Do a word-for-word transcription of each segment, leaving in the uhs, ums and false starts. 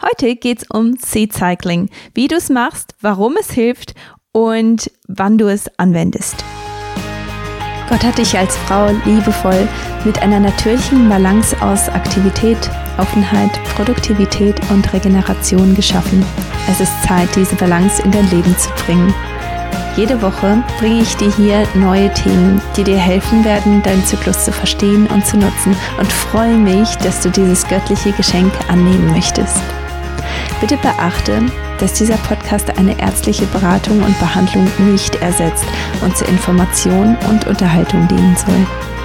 Heute geht's um Seed Cycling, wie du es machst, warum es hilft und wann du es anwendest. Gott hat dich als Frau liebevoll mit einer natürlichen Balance aus Aktivität, Offenheit, Produktivität und Regeneration geschaffen. Es ist Zeit, diese Balance in dein Leben zu bringen. Jede Woche bringe ich dir hier neue Themen, die dir helfen werden, deinen Zyklus zu verstehen und zu nutzen, und freue mich, dass du dieses göttliche Geschenk annehmen möchtest. Bitte beachte, dass dieser Podcast eine ärztliche Beratung und Behandlung nicht ersetzt und zur Information und Unterhaltung dienen soll.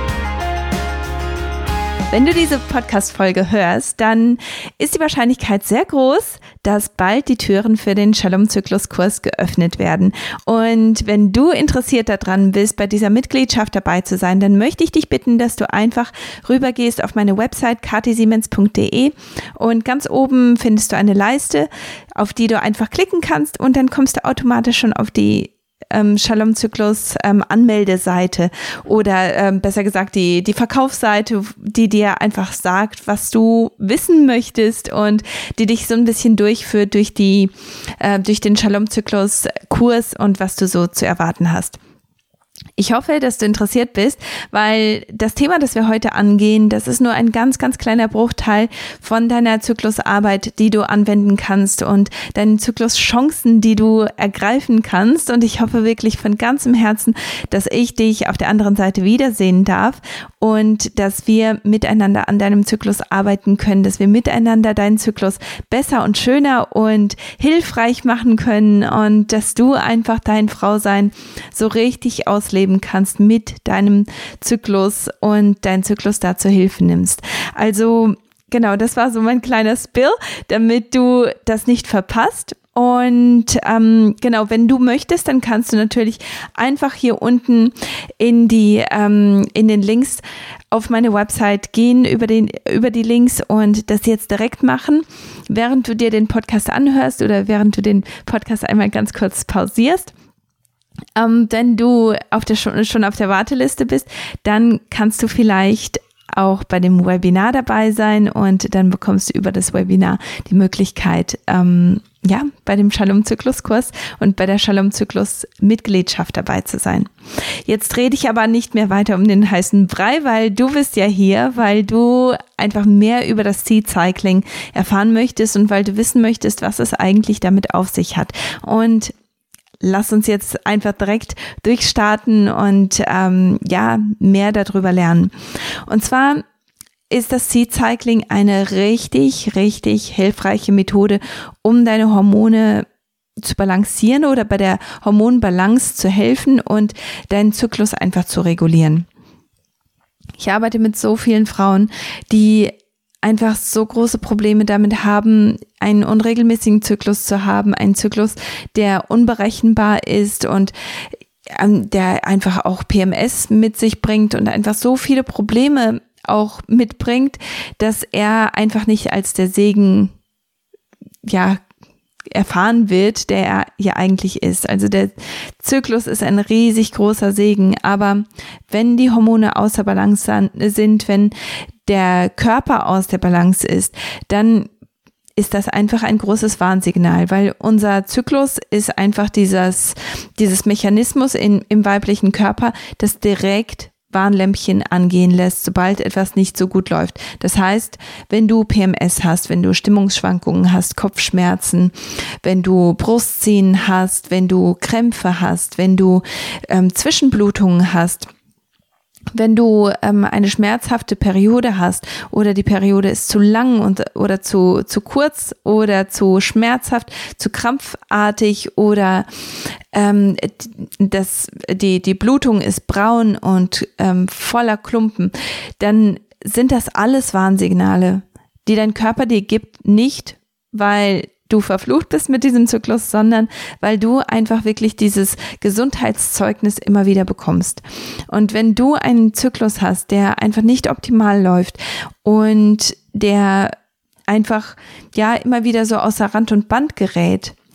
Wenn du diese Podcast-Folge hörst, dann ist die Wahrscheinlichkeit sehr groß, dass bald die Türen für den Shalom-Zyklus-Kurs geöffnet werden. Und wenn du interessiert daran bist, bei dieser Mitgliedschaft dabei zu sein, dann möchte ich dich bitten, dass du einfach rübergehst auf meine Website kathi siemens punkt de und ganz oben findest du eine Leiste, auf die du einfach klicken kannst, und dann kommst du automatisch schon auf die Ähm, Shalom-Zyklus ähm, Anmeldeseite oder ähm, besser gesagt die, die Verkaufsseite, die dir einfach sagt, was du wissen möchtest und die dich so ein bisschen durchführt durch die äh, durch den Shalom-Zyklus Kurs und was du so zu erwarten hast. Ich hoffe, dass du interessiert bist, weil das Thema, das wir heute angehen, das ist nur ein ganz, ganz kleiner Bruchteil von deiner Zyklusarbeit, die du anwenden kannst, und deinen Zykluschancen, die du ergreifen kannst. Und ich hoffe wirklich von ganzem Herzen, dass ich dich auf der anderen Seite wiedersehen darf und dass wir miteinander an deinem Zyklus arbeiten können, dass wir miteinander deinen Zyklus besser und schöner und hilfreich machen können und dass du einfach dein Frausein so richtig ausleben kannst mit deinem Zyklus und deinen Zyklus da zur Hilfe nimmst. Also genau, das war so mein kleiner Spill, damit du das nicht verpasst. Und ähm, genau, wenn du möchtest, dann kannst du natürlich einfach hier unten in die ähm, in den Links auf meine Website gehen, über den über die Links, und das jetzt direkt machen, während du dir den Podcast anhörst oder während du den Podcast einmal ganz kurz pausierst. Ähm, wenn du auf der, schon, schon auf der Warteliste bist, dann kannst du vielleicht auch bei dem Webinar dabei sein, und dann bekommst du über das Webinar die Möglichkeit, ähm, ja, bei dem Shalom-Zyklus-Kurs und bei der Shalom-Zyklus-Mitgliedschaft dabei zu sein. Jetzt rede ich aber nicht mehr weiter um den heißen Brei, weil du bist ja hier, weil du einfach mehr über das Seed Cycling erfahren möchtest und weil du wissen möchtest, was es eigentlich damit auf sich hat. Und lass uns jetzt einfach direkt durchstarten und ähm, ja, mehr darüber lernen. Und zwar ist das Seed Cycling eine richtig, richtig hilfreiche Methode, um deine Hormone zu balancieren oder bei der Hormonbalance zu helfen und deinen Zyklus einfach zu regulieren. Ich arbeite mit so vielen Frauen, die einfach so große Probleme damit haben, einen unregelmäßigen Zyklus zu haben, einen Zyklus, der unberechenbar ist und ähm, der einfach auch P M S mit sich bringt und einfach so viele Probleme auch mitbringt, dass er einfach nicht als der Segen, ja, erfahren wird, der er hier eigentlich ist. Also der Zyklus ist ein riesig großer Segen, aber wenn die Hormone außer Balance sind, wenn der Körper aus der Balance ist, dann ist das einfach ein großes Warnsignal, weil unser Zyklus ist einfach dieses, dieses Mechanismus in, im weiblichen Körper, das direkt Warnlämpchen angehen lässt, sobald etwas nicht so gut läuft. Das heißt, wenn du P M S hast, wenn du Stimmungsschwankungen hast, Kopfschmerzen, wenn du Brustziehen hast, wenn du Krämpfe hast, wenn du ähm, Zwischenblutungen hast, wenn du ähm, eine schmerzhafte Periode hast oder die Periode ist zu lang und oder zu zu kurz oder zu schmerzhaft, zu krampfartig oder ähm, das die die Blutung ist braun und ähm, voller Klumpen, dann sind das alles Warnsignale, die dein Körper dir gibt, nicht weil du verflucht bist mit diesem Zyklus, sondern weil du einfach wirklich dieses Gesundheitszeugnis immer wieder bekommst. Und wenn du einen Zyklus hast, der einfach nicht optimal läuft und der einfach ja immer wieder so außer Rand und Band gerät,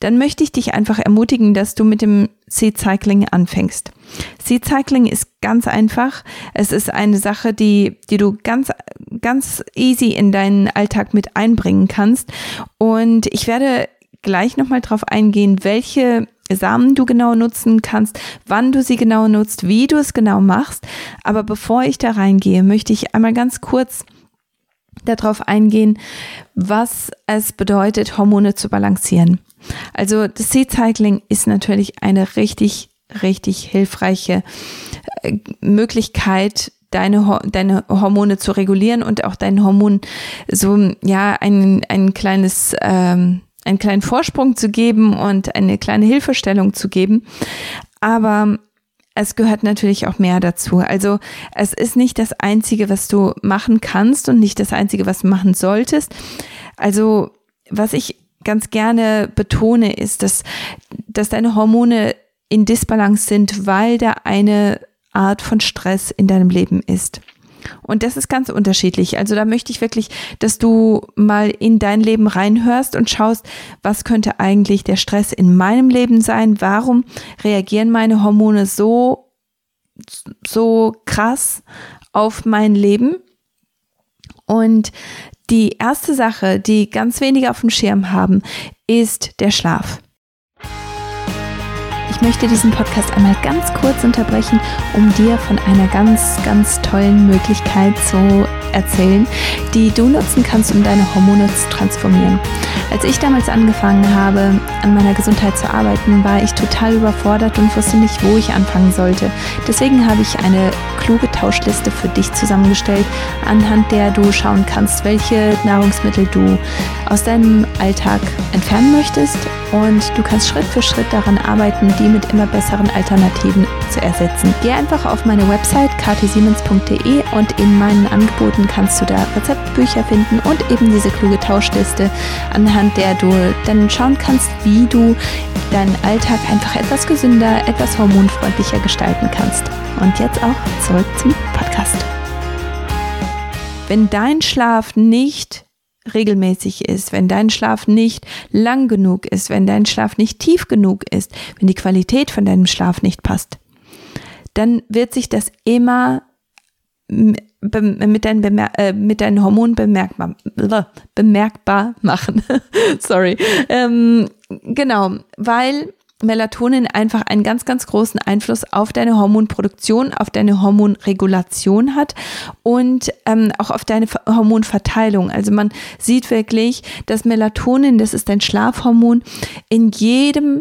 dann möchte ich dich einfach ermutigen, dass du mit dem Seed Cycling anfängst. Seed Cycling ist ganz einfach. Es ist eine Sache, die, die du ganz, ganz easy in deinen Alltag mit einbringen kannst. Und ich werde gleich nochmal drauf eingehen, welche Samen du genau nutzen kannst, wann du sie genau nutzt, wie du es genau machst. Aber bevor ich da reingehe, möchte ich einmal ganz kurz darauf eingehen, was es bedeutet, Hormone zu balancieren. Also das Seed Cycling ist natürlich eine richtig, richtig hilfreiche Möglichkeit, deine, deine Hormone zu regulieren und auch deinen Hormonen so, ja, ein, ein kleines, ähm, einen kleinen Vorsprung zu geben und eine kleine Hilfestellung zu geben. Aber es gehört natürlich auch mehr dazu. Also es ist nicht das Einzige, was du machen kannst und nicht das Einzige, was du machen solltest. Also was ich ganz gerne betone, ist, dass, dass deine Hormone in Disbalance sind, weil da eine Art von Stress in deinem Leben ist. Und das ist ganz unterschiedlich. Also da möchte ich wirklich, dass du mal in dein Leben reinhörst und schaust, was könnte eigentlich der Stress in meinem Leben sein? Warum reagieren meine Hormone so, so krass auf mein Leben? Und die erste Sache, die ganz wenige auf dem Schirm haben, ist der Schlaf. Ich möchte diesen Podcast einmal ganz kurz unterbrechen, um dir von einer ganz, ganz tollen Möglichkeit zu erzählen, die du nutzen kannst, um deine Hormone zu transformieren. Als ich damals angefangen habe, an meiner Gesundheit zu arbeiten, war ich total überfordert und wusste nicht, wo ich anfangen sollte. Deswegen habe ich eine kluge Tauschliste für dich zusammengestellt, anhand der du schauen kannst, welche Nahrungsmittel du aus deinem Alltag entfernen möchtest, und du kannst Schritt für Schritt daran arbeiten, die mit immer besseren Alternativen zu ersetzen. Geh einfach auf meine Website k t siemens punkt d e und in meinen Angeboten kannst du da Rezeptbücher finden und eben diese kluge Tauschliste, anhand der du dann schauen kannst, wie du deinen Alltag einfach etwas gesünder, etwas hormonfreundlicher gestalten kannst. Und jetzt auch zurück zum Podcast. Wenn dein Schlaf nicht regelmäßig ist, wenn dein Schlaf nicht lang genug ist, wenn dein Schlaf nicht tief genug ist, wenn die Qualität von deinem Schlaf nicht passt, dann wird sich das immer mit deinen, Bemer- äh, mit deinen Hormonen bemerkbar, bemerkbar machen. Sorry. Ähm, genau, weil Melatonin einfach einen ganz, ganz großen Einfluss auf deine Hormonproduktion, auf deine Hormonregulation hat und ähm, auch auf deine Hormonverteilung. Also man sieht wirklich, dass Melatonin, das ist dein Schlafhormon, in jedem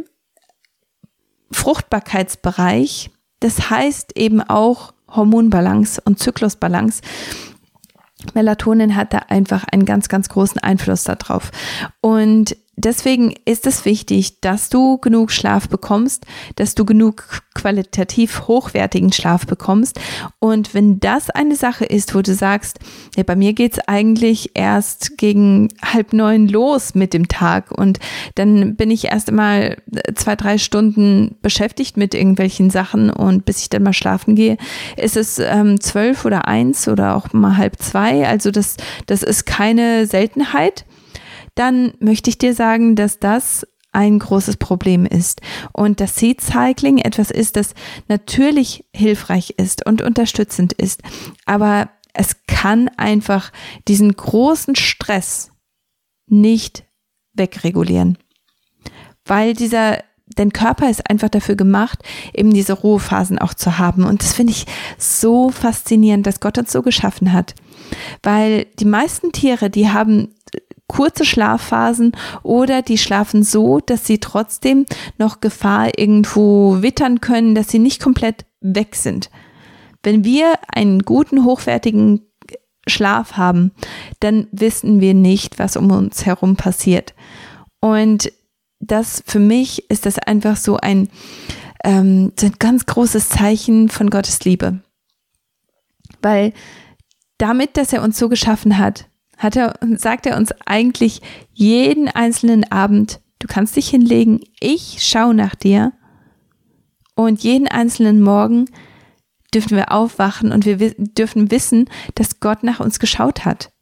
Fruchtbarkeitsbereich, das heißt eben auch Hormonbalance und Zyklusbalance, Melatonin hat da einfach einen ganz, ganz großen Einfluss darauf. Und deswegen ist es wichtig, dass du genug Schlaf bekommst, dass du genug qualitativ hochwertigen Schlaf bekommst. Und wenn das eine Sache ist, wo du sagst, ja, bei mir geht's eigentlich erst gegen halb neun los mit dem Tag und dann bin ich erst einmal zwei, drei Stunden beschäftigt mit irgendwelchen Sachen und bis ich dann mal schlafen gehe, ist es ähm, zwölf oder eins oder auch mal halb zwei. Also das, das ist keine Seltenheit. Dann möchte ich dir sagen, dass das ein großes Problem ist und dass Seed Cycling etwas ist, das natürlich hilfreich ist und unterstützend ist, aber es kann einfach diesen großen Stress nicht wegregulieren, weil dieser, dein Körper ist einfach dafür gemacht, eben diese Ruhephasen auch zu haben, und das finde ich so faszinierend, dass Gott uns so geschaffen hat, weil die meisten Tiere, die haben kurze Schlafphasen oder die schlafen so, dass sie trotzdem noch Gefahr irgendwo wittern können, dass sie nicht komplett weg sind. Wenn wir einen guten, hochwertigen Schlaf haben, dann wissen wir nicht, was um uns herum passiert. Und das für mich ist das einfach so ein, ähm, so ein ganz großes Zeichen von Gottes Liebe. Weil damit, dass er uns so geschaffen hat, hat er, sagt er uns eigentlich jeden einzelnen Abend, du kannst dich hinlegen, ich schaue nach dir, und jeden einzelnen Morgen dürfen wir aufwachen und wir dürfen wissen, dass Gott nach uns geschaut hat,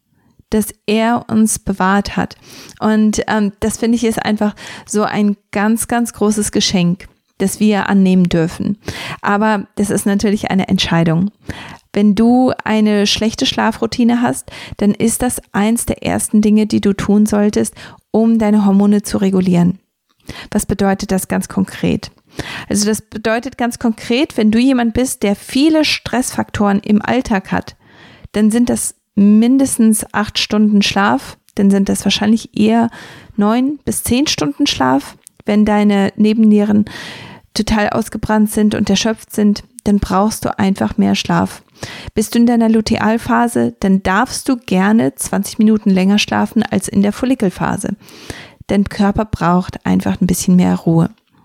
dass er uns bewahrt hat. Und ähm, das finde ich ist einfach so ein ganz, ganz großes Geschenk, das wir annehmen dürfen. Aber das ist natürlich eine Entscheidung. Wenn du eine schlechte Schlafroutine hast, dann ist das eins der ersten Dinge, die du tun solltest, um deine Hormone zu regulieren. Was bedeutet das ganz konkret? Also das bedeutet ganz konkret, wenn du jemand bist, der viele Stressfaktoren im Alltag hat, dann sind das mindestens acht Stunden Schlaf, dann sind das wahrscheinlich eher neun bis zehn Stunden Schlaf. Wenn deine Nebennieren total ausgebrannt sind und erschöpft sind, dann brauchst du einfach mehr Schlaf. Bist du in deiner Lutealphase, dann darfst du gerne zwanzig Minuten länger schlafen als in der Follikelphase. Dein Körper braucht einfach ein bisschen mehr Ruhe.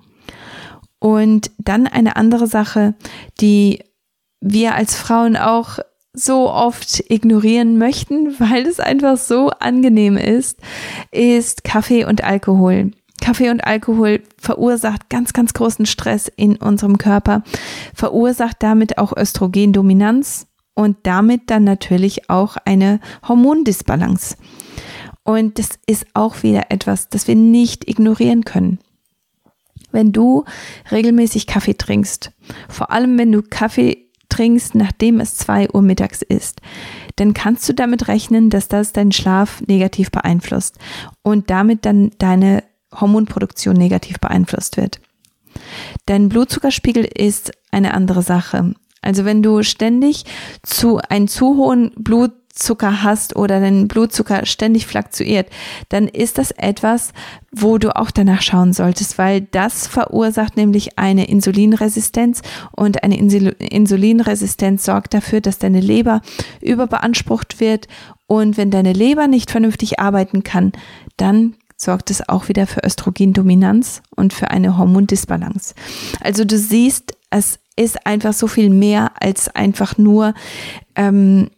Und dann eine andere Sache, die wir als Frauen auch so oft ignorieren möchten, weil es einfach so angenehm ist, ist Kaffee und Alkohol. Kaffee und Alkohol verursacht ganz, ganz großen Stress in unserem Körper, verursacht damit auch Östrogendominanz und damit dann natürlich auch eine Hormondisbalance. Und das ist auch wieder etwas, das wir nicht ignorieren können. Wenn du regelmäßig Kaffee trinkst, vor allem wenn du Kaffee trinkst, nachdem es zwei Uhr mittags ist, dann kannst du damit rechnen, dass das deinen Schlaf negativ beeinflusst und damit dann deine Hormonproduktion negativ beeinflusst wird. Dein Blutzuckerspiegel ist eine andere Sache. Also wenn du ständig zu einen zu hohen Blutzucker hast oder dein Blutzucker ständig fluktuiert, dann ist das etwas, wo du auch danach schauen solltest, weil das verursacht nämlich eine Insulinresistenz und eine Insulinresistenz sorgt dafür, dass deine Leber überbeansprucht wird und wenn deine Leber nicht vernünftig arbeiten kann, dann sorgt es auch wieder für Östrogendominanz und für eine Hormondisbalance. Also du siehst, es ist einfach so viel mehr als einfach nur, ähm,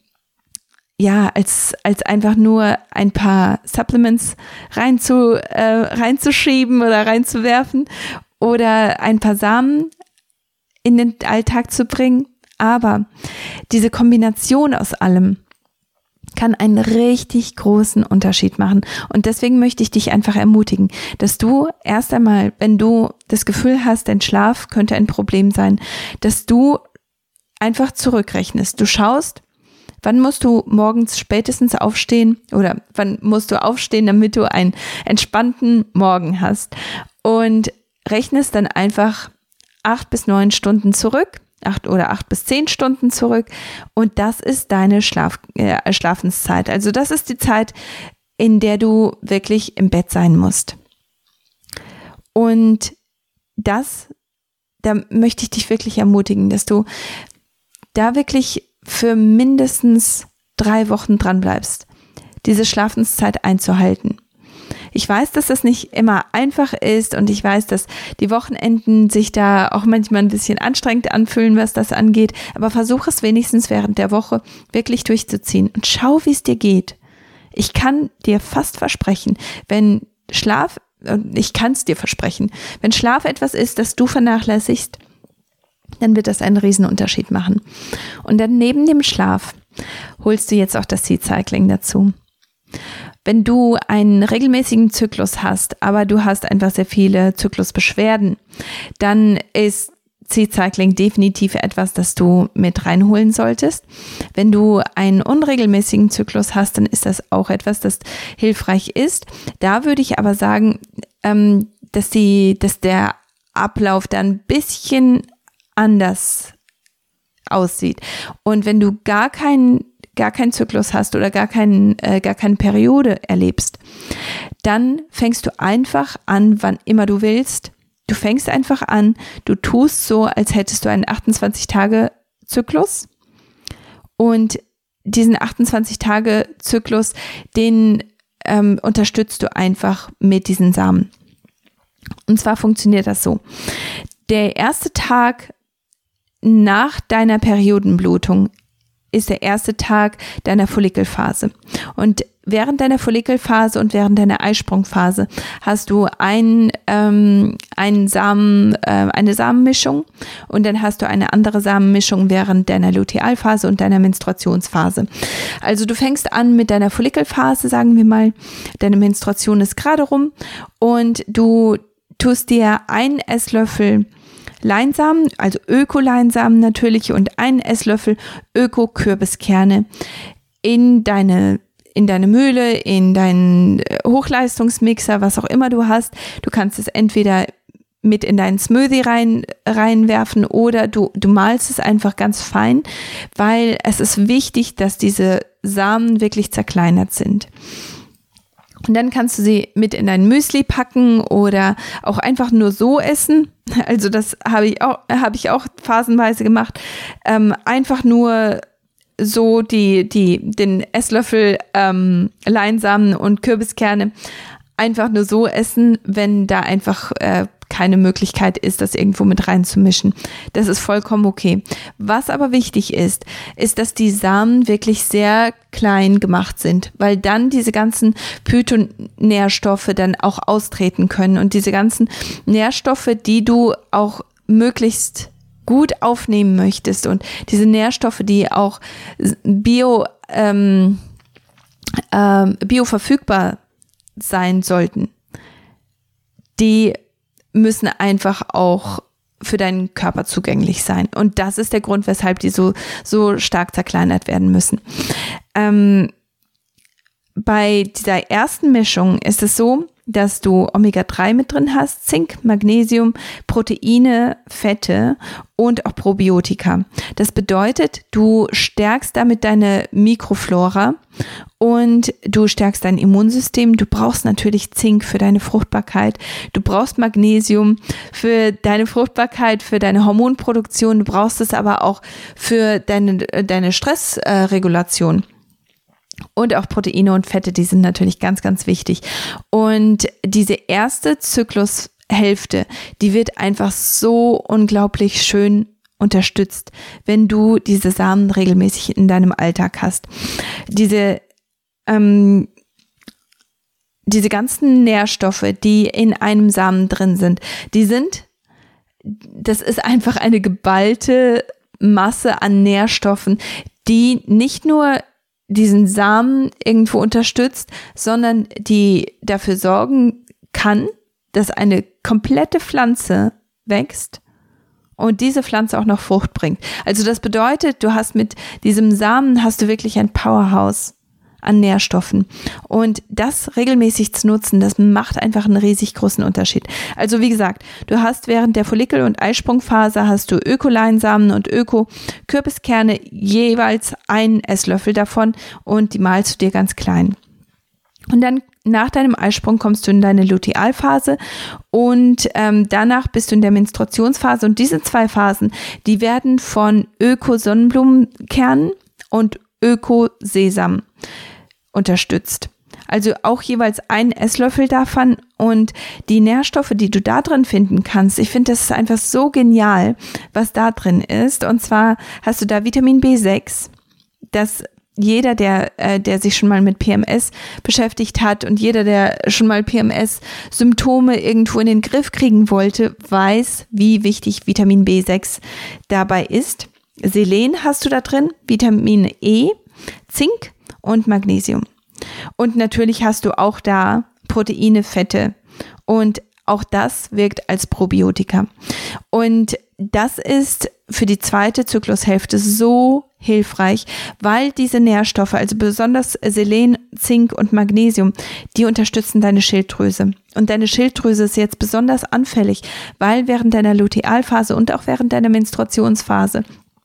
ja, als als einfach nur ein paar Supplements reinzu, äh, reinzuschieben oder reinzuwerfen oder ein paar Samen in den Alltag zu bringen. Aber diese Kombination aus allem kann einen richtig großen Unterschied machen. Und deswegen möchte ich dich einfach ermutigen, dass du erst einmal, wenn du das Gefühl hast, dein Schlaf könnte ein Problem sein, dass du einfach zurückrechnest. Du schaust, wann musst du morgens spätestens aufstehen oder wann musst du aufstehen, damit du einen entspannten Morgen hast und rechnest dann einfach acht bis neun Stunden zurück. acht oder acht bis zehn Stunden zurück und das ist deine Schlaf, äh, Schlafenszeit. Also das ist die Zeit, in der du wirklich im Bett sein musst. Und das, da möchte ich dich wirklich ermutigen, dass du da wirklich für mindestens drei Wochen dran bleibst, diese Schlafenszeit einzuhalten. Ich weiß, dass das nicht immer einfach ist und ich weiß, dass die Wochenenden sich da auch manchmal ein bisschen anstrengend anfühlen, was das angeht, aber versuch es wenigstens während der Woche wirklich durchzuziehen und schau, wie es dir geht. Ich kann dir fast versprechen, wenn Schlaf, ich kann es dir versprechen, wenn Schlaf etwas ist, das du vernachlässigst, dann wird das einen Riesenunterschied machen. Und dann neben dem Schlaf holst du jetzt auch das Seed Cycling dazu. Wenn du einen regelmäßigen Zyklus hast, aber du hast einfach sehr viele Zyklusbeschwerden, dann ist Seed Cycling definitiv etwas, das du mit reinholen solltest. Wenn du einen unregelmäßigen Zyklus hast, dann ist das auch etwas, das hilfreich ist. Da würde ich aber sagen, ähm, dass die, dass der Ablauf dann ein bisschen anders aussieht. Und wenn du gar keinen gar keinen Zyklus hast oder gar, keinen, äh, gar keine Periode erlebst, dann fängst du einfach an, wann immer du willst. Du fängst einfach an, du tust so, als hättest du einen achtundzwanzig-Tage-Zyklus und diesen achtundzwanzig-Tage-Zyklus, den ähm, unterstützt du einfach mit diesen Samen. Und zwar funktioniert das so. Der erste Tag nach deiner Periodenblutung ist der erste Tag deiner Follikelphase. Und während deiner Follikelphase und während deiner Eisprungphase hast du ein, ähm, einen Samen, äh, eine Samenmischung und dann hast du eine andere Samenmischung während deiner Lutealphase und deiner Menstruationsphase. Also du fängst an mit deiner Follikelphase, sagen wir mal, deine Menstruation ist gerade rum und du tust dir einen Esslöffel Leinsamen, also Öko-Leinsamen natürlich und einen Esslöffel Öko-Kürbiskerne in deine, in deine Mühle, in deinen Hochleistungsmixer, was auch immer du hast. Du kannst es entweder mit in deinen Smoothie rein, reinwerfen oder du, du malst es einfach ganz fein, weil es ist wichtig, dass diese Samen wirklich zerkleinert sind. Und dann kannst du sie mit in dein Müsli packen oder auch einfach nur so essen. Also das habe ich auch, habe ich auch phasenweise gemacht. Ähm, einfach nur so die, die, den Esslöffel ähm, Leinsamen und Kürbiskerne einfach nur so essen, wenn da einfach äh, keine Möglichkeit ist, das irgendwo mit reinzumischen. Das ist vollkommen okay. Was aber wichtig ist, ist, dass die Samen wirklich sehr klein gemacht sind, weil dann diese ganzen Phytonährstoffe dann auch austreten können und diese ganzen Nährstoffe, die du auch möglichst gut aufnehmen möchtest und diese Nährstoffe, die auch bio, ähm, ähm, bioverfügbar sein sollten, die müssen einfach auch für deinen Körper zugänglich sein. Und das ist der Grund, weshalb die so, so stark zerkleinert werden müssen. Ähm, bei dieser ersten Mischung ist es so, dass du Omega drei mit drin hast, Zink, Magnesium, Proteine, Fette und auch Probiotika. Das bedeutet, du stärkst damit deine Mikroflora und du stärkst dein Immunsystem. Du brauchst natürlich Zink für deine Fruchtbarkeit. Du brauchst Magnesium für deine Fruchtbarkeit, für deine Hormonproduktion. Du brauchst es aber auch für deine, deine Stressregulation. Und auch Proteine und Fette, die sind natürlich ganz, ganz wichtig. Und diese erste Zyklushälfte, die wird einfach so unglaublich schön unterstützt, wenn du diese Samen regelmäßig in deinem Alltag hast. Diese, ähm, diese ganzen Nährstoffe, die in einem Samen drin sind, die sind, das ist einfach eine geballte Masse an Nährstoffen, die nicht nur diesen Samen irgendwo unterstützt, sondern die dafür sorgen kann, dass eine komplette Pflanze wächst und diese Pflanze auch noch Frucht bringt. Also das bedeutet, du hast mit diesem Samen hast du wirklich ein Powerhouse an Nährstoffen. Und das regelmäßig zu nutzen, das macht einfach einen riesig großen Unterschied. Also wie gesagt, du hast während der Follikel- und Eisprungphase hast du Öko-Leinsamen und Öko-Kürbiskerne, jeweils einen Esslöffel davon und die malst du dir ganz klein. Und dann nach deinem Eisprung kommst du in deine Lutealphase und ähm, danach bist du in der Menstruationsphase und diese zwei Phasen, die werden von Öko-Sonnenblumenkernen und Öko-Sesam unterstützt. Also auch jeweils ein Esslöffel davon und die Nährstoffe, die du da drin finden kannst, ich finde, das ist einfach so genial, was da drin ist. Und zwar hast du da Vitamin B sechs, das jeder, der, äh, der sich schon mal mit P M S beschäftigt hat und jeder, der schon mal P M S-Symptome irgendwo in den Griff kriegen wollte, weiß, wie wichtig Vitamin B sechs dabei ist. Selen hast du da drin, Vitamin E, Zink und Magnesium. Und natürlich hast du auch da Proteine, Fette und auch das wirkt als Probiotika. Und das ist für die zweite Zyklushälfte so hilfreich, weil diese Nährstoffe, also besonders Selen, Zink und Magnesium, die unterstützen deine Schilddrüse. Und deine Schilddrüse ist jetzt besonders anfällig, weil während deiner Lutealphase und auch während deiner Menstruationsphase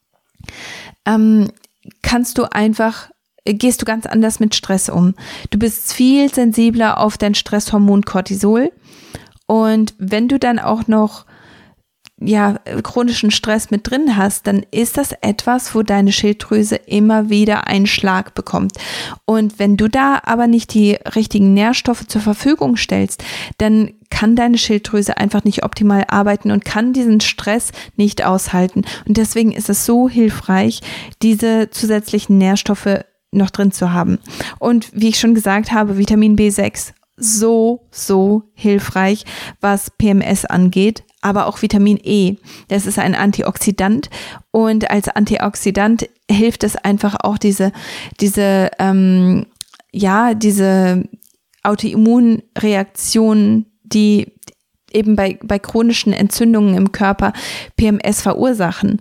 ähm, kannst du einfach, gehst du ganz anders mit Stress um. Du bist viel sensibler auf dein Stresshormon Cortisol und wenn du dann auch noch ja, chronischen Stress mit drin hast, dann ist das etwas, wo deine Schilddrüse immer wieder einen Schlag bekommt. Und wenn du da aber nicht die richtigen Nährstoffe zur Verfügung stellst, dann kann deine Schilddrüse einfach nicht optimal arbeiten und kann diesen Stress nicht aushalten. Und deswegen ist es so hilfreich, diese zusätzlichen Nährstoffe noch drin zu haben. Und wie ich schon gesagt habe, Vitamin B sechs, so, so hilfreich, was P M S angeht, aber auch Vitamin E. Das ist ein Antioxidant und als Antioxidant hilft es einfach auch diese, diese, ähm, ja, diese Autoimmunreaktionen, die eben bei, bei chronischen Entzündungen im Körper P M S verursachen,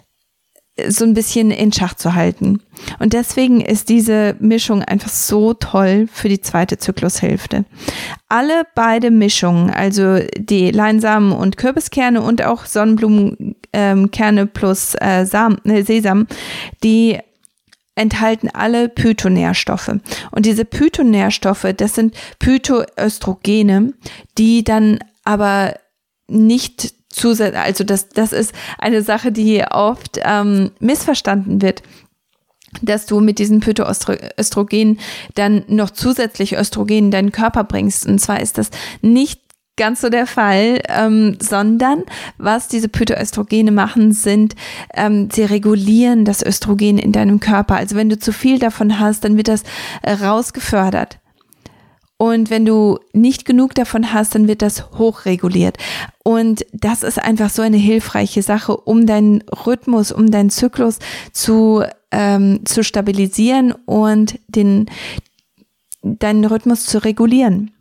so ein bisschen in Schach zu halten. Und deswegen ist diese Mischung einfach so toll für die zweite Zyklushälfte. Alle beide Mischungen, also die Leinsamen und Kürbiskerne und auch Sonnenblumenkerne plus äh, Samen, äh, Sesam, die enthalten alle Phytonährstoffe. Und diese Phytonährstoffe, das sind Phytoöstrogene, die dann aber nicht zusätzlich, also das, das ist eine Sache, die oft ähm, missverstanden wird, dass du mit diesen Phytoöstrogenen dann noch zusätzlich Östrogen in deinen Körper bringst. Und zwar ist das nicht ganz so der Fall, ähm, sondern was diese Phytoöstrogene machen, sind, ähm, sie regulieren das Östrogen in deinem Körper. Also wenn du zu viel davon hast, dann wird das äh, rausgefördert. Und wenn du nicht genug davon hast, dann wird das hochreguliert. Und das ist einfach so eine hilfreiche Sache, um deinen Rhythmus, um deinen Zyklus zu, ähm, zu stabilisieren und den, deinen Rhythmus zu regulieren.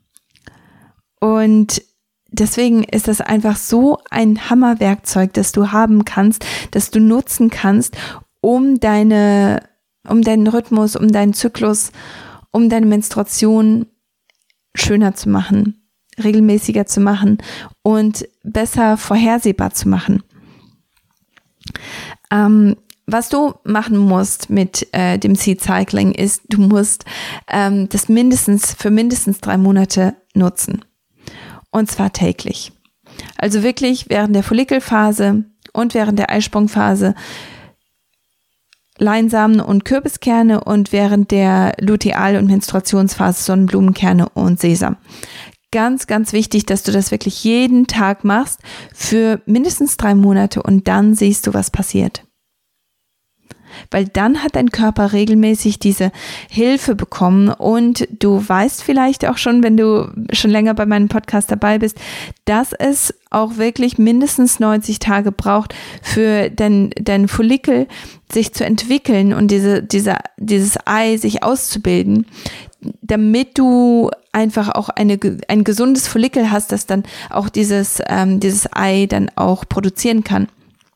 Und deswegen ist das einfach so ein Hammerwerkzeug, das du haben kannst, das du nutzen kannst, um deine, um deinen Rhythmus, um deinen Zyklus, um deine Menstruation schöner zu machen, regelmäßiger zu machen und besser vorhersehbar zu machen. Ähm, was du machen musst mit äh, dem Seed Cycling ist, du musst ähm, das mindestens für mindestens drei Monate nutzen. Und zwar täglich. Also wirklich während der Follikelphase und während der Eisprungphase Leinsamen und Kürbiskerne und während der Luteal- und Menstruationsphase Sonnenblumenkerne und Sesam. Ganz, ganz wichtig, dass du das wirklich jeden Tag machst für mindestens drei Monate und dann siehst du, was passiert. Weil dann hat dein Körper regelmäßig diese Hilfe bekommen und du weißt vielleicht auch schon, wenn du schon länger bei meinem Podcast dabei bist, dass es auch wirklich mindestens neunzig Tage braucht für dein, dein Follikel sich zu entwickeln und diese, diese, dieses Ei sich auszubilden, damit du einfach auch eine, ein gesundes Follikel hast, das dann auch dieses, ähm, dieses Ei dann auch produzieren kann.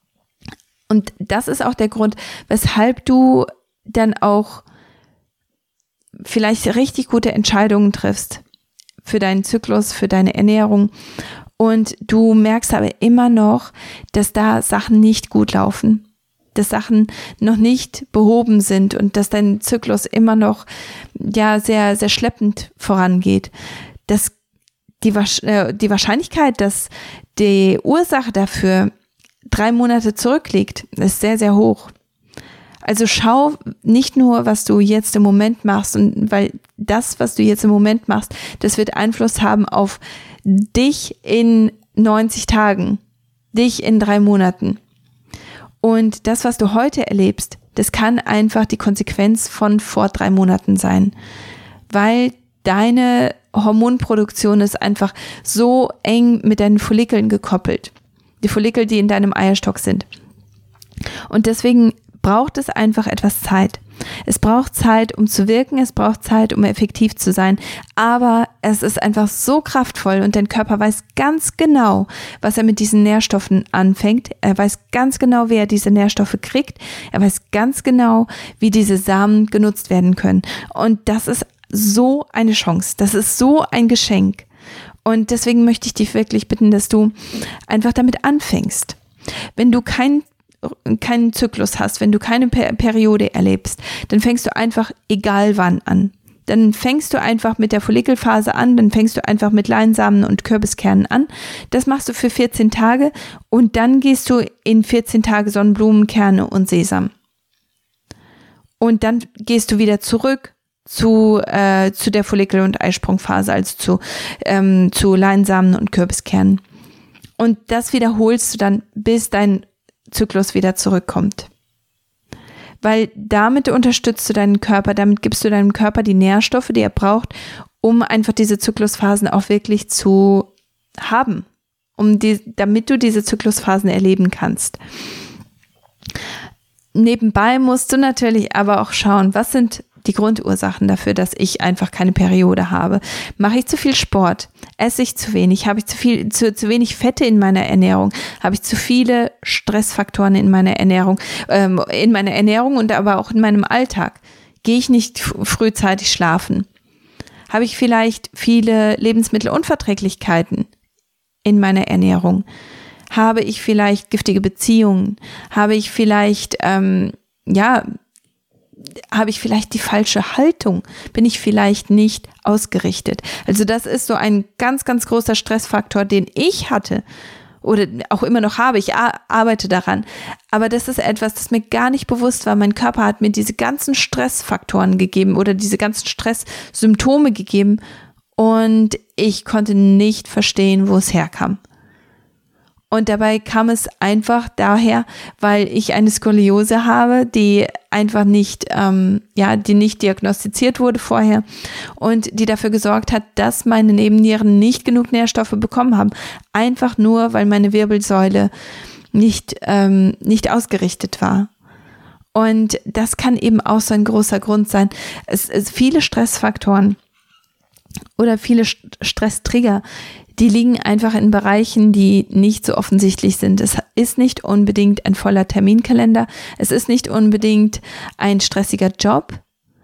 Und das ist auch der Grund, weshalb du dann auch vielleicht richtig gute Entscheidungen triffst für deinen Zyklus, für deine Ernährung. Und du merkst aber immer noch, dass da Sachen nicht gut laufen, dass Sachen noch nicht behoben sind und dass dein Zyklus immer noch ja sehr, sehr schleppend vorangeht. Dass die, die Wahrscheinlichkeit, dass die Ursache dafür drei Monate zurückliegt, ist sehr, sehr hoch. Also schau nicht nur, was du jetzt im Moment machst, und weil das, was du jetzt im Moment machst, das wird Einfluss haben auf dich in neunzig Tagen, dich in drei Monaten. Und das, was du heute erlebst, das kann einfach die Konsequenz von vor drei Monaten sein, weil deine Hormonproduktion ist einfach so eng mit deinen Follikeln gekoppelt. Die Follikel, die in deinem Eierstock sind. Und deswegen braucht es einfach etwas Zeit. Es braucht Zeit, um zu wirken, es braucht Zeit, um effektiv zu sein, aber es ist einfach so kraftvoll und dein Körper weiß ganz genau, was er mit diesen Nährstoffen anfängt. Er weiß ganz genau, wer diese Nährstoffe kriegt. Er weiß ganz genau, wie diese Samen genutzt werden können. Und das ist so eine Chance, das ist so ein Geschenk. Und deswegen möchte ich dich wirklich bitten, dass du einfach damit anfängst. Wenn du kein, keinen Zyklus hast, wenn du keine per- Periode erlebst, dann fängst du einfach egal wann an. dann fängst du einfach mit der Follikelphase an, dann fängst du einfach mit Leinsamen und Kürbiskernen an. Das machst du für vierzehn Tage und dann gehst du in vierzehn Tage Sonnenblumenkerne und Sesam. Und dann gehst du wieder zurück zu, äh, zu der Follikel- und Eisprungphase, also zu, ähm, zu Leinsamen und Kürbiskernen. Und das wiederholst du dann, bis dein Zyklus wieder zurückkommt. Weil damit unterstützt du deinen Körper, damit gibst du deinem Körper die Nährstoffe, die er braucht, um einfach diese Zyklusphasen auch wirklich zu haben, um die, damit du diese Zyklusphasen erleben kannst. Nebenbei musst du natürlich aber auch schauen, was sind die Grundursachen dafür, dass ich einfach keine Periode habe. Mache ich zu viel Sport? Esse ich zu wenig? Habe ich zu viel, zu, zu wenig Fette in meiner Ernährung? Habe ich zu viele Stressfaktoren in meiner Ernährung, ähm, in meiner Ernährung und aber auch in meinem Alltag? Gehe ich nicht frühzeitig schlafen? Habe ich vielleicht viele Lebensmittelunverträglichkeiten in meiner Ernährung? Habe ich vielleicht giftige Beziehungen? Habe ich vielleicht, ähm, ja, habe ich vielleicht die falsche Haltung? Bin ich vielleicht nicht ausgerichtet? Also das ist so ein ganz, ganz großer Stressfaktor, den ich hatte oder auch immer noch habe. Ich arbeite daran. Aber das ist etwas, das mir gar nicht bewusst war. Mein Körper hat mir diese ganzen Stressfaktoren gegeben oder diese ganzen Stresssymptome gegeben und ich konnte nicht verstehen, wo es herkam. Und dabei kam es einfach daher, weil ich eine Skoliose habe, die einfach nicht, ähm, ja, die nicht diagnostiziert wurde vorher und die dafür gesorgt hat, dass meine Nebennieren nicht genug Nährstoffe bekommen haben. Einfach nur, weil meine Wirbelsäule nicht, ähm, nicht ausgerichtet war. Und das kann eben auch so ein großer Grund sein. Es, es viele Stressfaktoren oder viele Stresstrigger, die liegen einfach in Bereichen, die nicht so offensichtlich sind. Es ist nicht unbedingt ein voller Terminkalender. Es ist nicht unbedingt ein stressiger Job.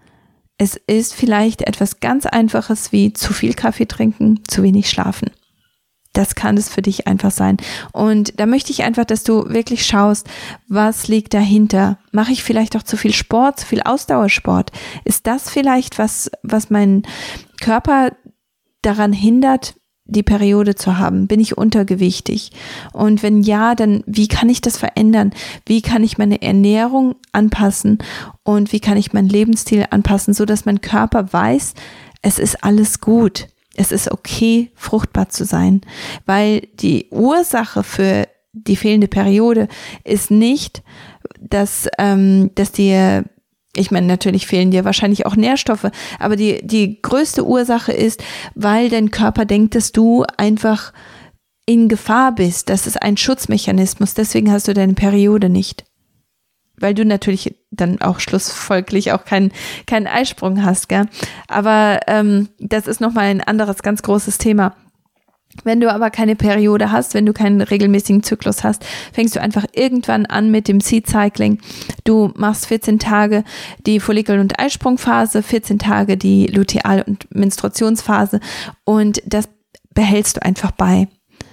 Es ist vielleicht etwas ganz Einfaches wie zu viel Kaffee trinken, zu wenig schlafen. Das kann es für dich einfach sein. Und da möchte ich einfach, dass du wirklich schaust, was liegt dahinter. Mache ich vielleicht auch zu viel Sport, zu viel Ausdauersport? Ist das vielleicht was, was meinen Körper daran hindert, die Periode zu haben? Bin ich untergewichtig? Und wenn ja, dann wie kann ich das verändern? Wie kann ich meine Ernährung anpassen? Und wie kann ich meinen Lebensstil anpassen, so dass mein Körper weiß, es ist alles gut. Es ist okay, fruchtbar zu sein. Weil die Ursache für die fehlende Periode ist nicht, dass, ähm, dass dir Ich meine, natürlich fehlen dir wahrscheinlich auch Nährstoffe, aber die, die größte Ursache ist, weil dein Körper denkt, dass du einfach in Gefahr bist. Das ist ein Schutzmechanismus, deswegen hast du deine Periode nicht. Weil du natürlich dann auch schlussfolglich auch keinen keinen Eisprung hast, gell? Aber ähm, das ist nochmal ein anderes, ganz großes Thema. Wenn du aber keine Periode hast, wenn du keinen regelmäßigen Zyklus hast, fängst du einfach irgendwann an mit dem Seed Cycling. Du machst vierzehn Tage die Follikel- und Eisprungphase, vierzehn Tage die Luteal- und Menstruationsphase und das behältst du einfach bei.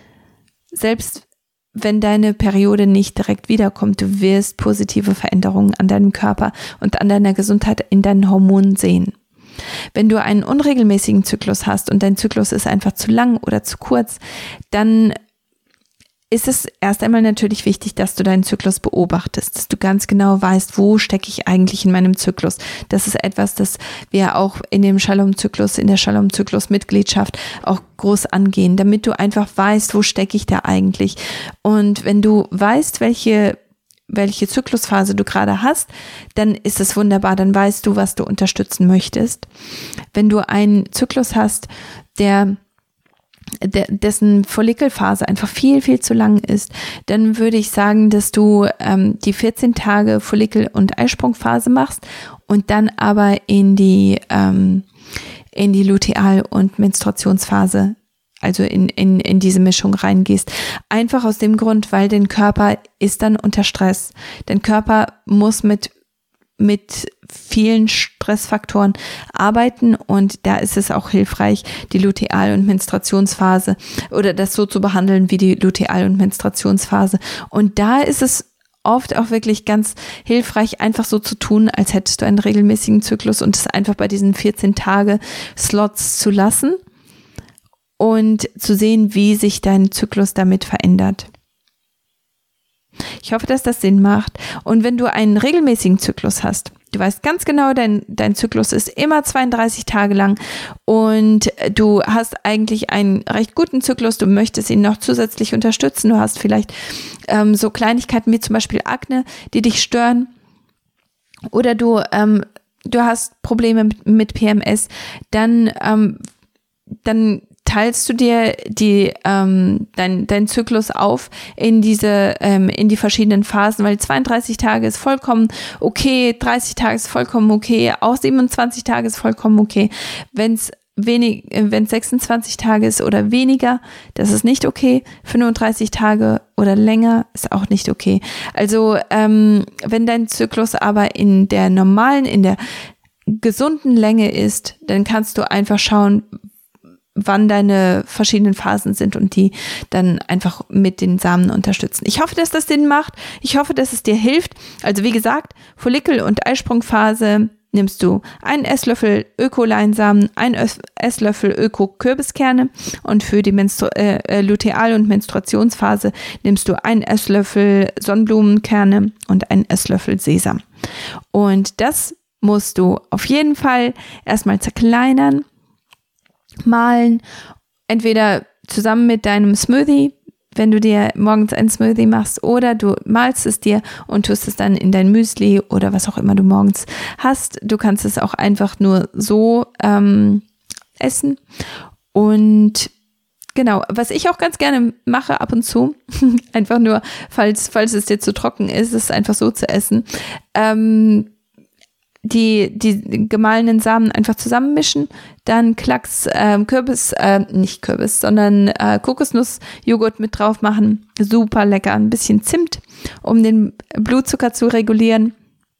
Selbst wenn deine Periode nicht direkt wiederkommt, du wirst positive Veränderungen an deinem Körper und an deiner Gesundheit in deinen Hormonen sehen. Wenn du einen unregelmäßigen Zyklus hast und dein Zyklus ist einfach zu lang oder zu kurz, dann ist es erst einmal natürlich wichtig, dass du deinen Zyklus beobachtest, dass du ganz genau weißt, wo stecke ich eigentlich in meinem Zyklus. Das ist etwas, das wir auch in dem Shalom-Zyklus, in der Shalom-Zyklus-Mitgliedschaft auch groß angehen, damit du einfach weißt, wo stecke ich da eigentlich. Und wenn du weißt, welche welche Zyklusphase du gerade hast, dann ist es wunderbar, dann weißt du, was du unterstützen möchtest. Wenn du einen Zyklus hast, der, der dessen Follikelphase einfach viel, viel zu lang ist, dann würde ich sagen, dass du ähm, die vierzehn Tage Follikel- und Eisprungphase machst und dann aber in die, ähm, in die Luteal- und Menstruationsphase, also in, in, in diese Mischung reingehst. Einfach aus dem Grund, weil dein Körper ist dann unter Stress. Dein Körper muss mit, mit vielen Stressfaktoren arbeiten und da ist es auch hilfreich, die Luteal- und Menstruationsphase oder das so zu behandeln wie die Luteal- und Menstruationsphase. Und da ist es oft auch wirklich ganz hilfreich, einfach so zu tun, als hättest du einen regelmäßigen Zyklus und es einfach bei diesen vierzehn Tage Slots zu lassen und zu sehen, wie sich dein Zyklus damit verändert. Ich hoffe, dass das Sinn macht. Und wenn du einen regelmäßigen Zyklus hast, du weißt ganz genau, dein, dein Zyklus ist immer zweiunddreißig Tage lang und du hast eigentlich einen recht guten Zyklus, du möchtest ihn noch zusätzlich unterstützen, du hast vielleicht ähm, so Kleinigkeiten wie zum Beispiel Akne, die dich stören oder du, ähm, du hast Probleme mit, mit P M S, dann, ähm, dann teilst du dir die ähm, dein dein Zyklus auf in diese ähm, in die verschiedenen Phasen, weil zweiunddreißig Tage ist vollkommen okay, dreißig Tage ist vollkommen okay, auch siebenundzwanzig Tage ist vollkommen okay. Wenn es wenig, wenn es sechsundzwanzig Tage ist oder weniger, das ist nicht okay. fünfunddreißig Tage oder länger ist auch nicht okay. Also ähm, wenn dein Zyklus aber in der normalen, in der gesunden Länge ist, dann kannst du einfach schauen, wann deine verschiedenen Phasen sind und die dann einfach mit den Samen unterstützen. Ich hoffe, dass das Sinn macht. Ich hoffe, dass es dir hilft. Also wie gesagt, Follikel- und Eisprungphase nimmst du einen Esslöffel Öko-Leinsamen, einen Esslöffel Öko-Kürbiskerne und für die Menstru- äh, Luteal- und Menstruationsphase nimmst du einen Esslöffel Sonnenblumenkerne und einen Esslöffel Sesam. Und das musst du auf jeden Fall erstmal zerkleinern, mahlen, entweder zusammen mit deinem Smoothie, wenn du dir morgens einen Smoothie machst, oder du malst es dir und tust es dann in dein Müsli oder was auch immer du morgens hast. Du kannst es auch einfach nur so ähm, essen. Und genau, was ich auch ganz gerne mache ab und zu, einfach nur, falls, falls es dir zu trocken ist, es einfach so zu essen, ähm, die die gemahlenen Samen einfach zusammenmischen, dann Klacks ähm, Kürbis, äh, nicht Kürbis, sondern äh, Kokosnussjoghurt mit drauf machen. Super lecker. Ein bisschen Zimt, um den Blutzucker zu regulieren.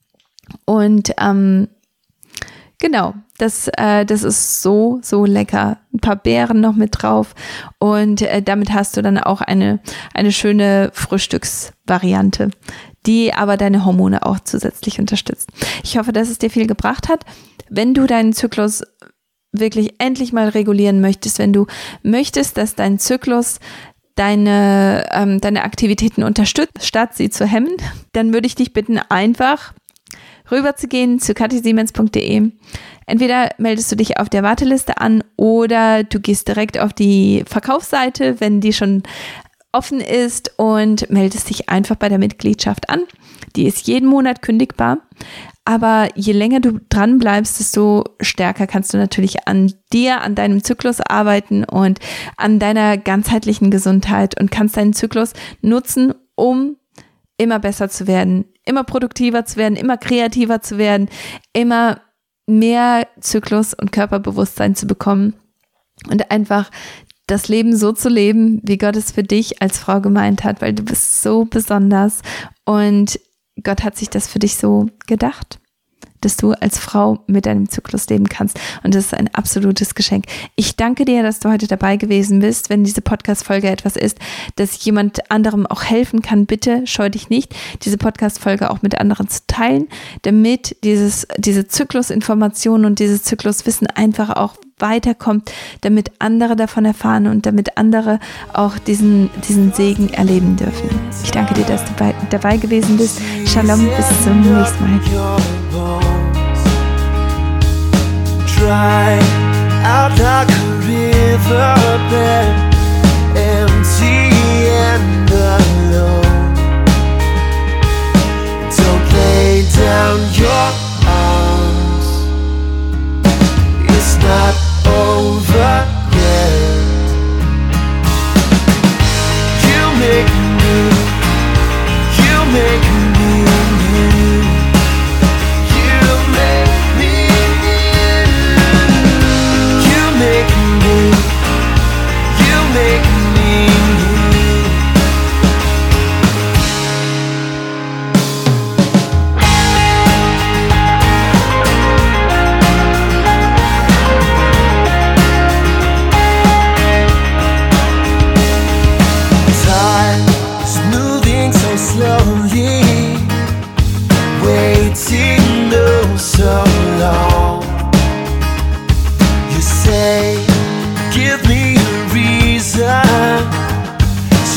Und ähm, genau, das, äh, das ist so, so lecker. Ein paar Beeren noch mit drauf und äh, damit hast du dann auch eine, eine schöne Frühstücksvariante, die aber deine Hormone auch zusätzlich unterstützt. Ich hoffe, dass es dir viel gebracht hat. Wenn du deinen Zyklus wirklich endlich mal regulieren möchtest, wenn du möchtest, dass dein Zyklus deine, ähm, deine Aktivitäten unterstützt, statt sie zu hemmen, dann würde ich dich bitten, einfach rüber zu gehen zu kathi siemens punkt de. Entweder meldest du dich auf der Warteliste an oder du gehst direkt auf die Verkaufsseite, wenn die schon offen ist, und meldest dich einfach bei der Mitgliedschaft an. Die ist jeden Monat kündigbar, aber je länger du dran bleibst, desto stärker kannst du natürlich an dir, an deinem Zyklus arbeiten und an deiner ganzheitlichen Gesundheit und kannst deinen Zyklus nutzen, um immer besser zu werden, immer produktiver zu werden, immer kreativer zu werden, immer mehr Zyklus und Körperbewusstsein zu bekommen und einfach das Leben so zu leben, wie Gott es für dich als Frau gemeint hat, weil du bist so besonders und Gott hat sich das für dich so gedacht, dass du als Frau mit deinem Zyklus leben kannst, und das ist ein absolutes Geschenk. Ich danke dir, dass du heute dabei gewesen bist. Wenn diese Podcast-Folge etwas ist, dass jemand anderem auch helfen kann, bitte scheu dich nicht, diese Podcast-Folge auch mit anderen zu teilen, damit dieses, diese Zyklusinformation und dieses Zykluswissen einfach auch weiterkommt, damit andere davon erfahren und damit andere auch diesen, diesen Segen erleben dürfen. Ich danke dir, dass du bei, dabei gewesen bist. Shalom, bis zum nächsten Mal. Dry out like a riverbed, empty and alone. Don't lay down your arms, it's not over yet. You make me, you make me new. You make me new. You make me, you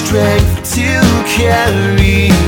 strength to carry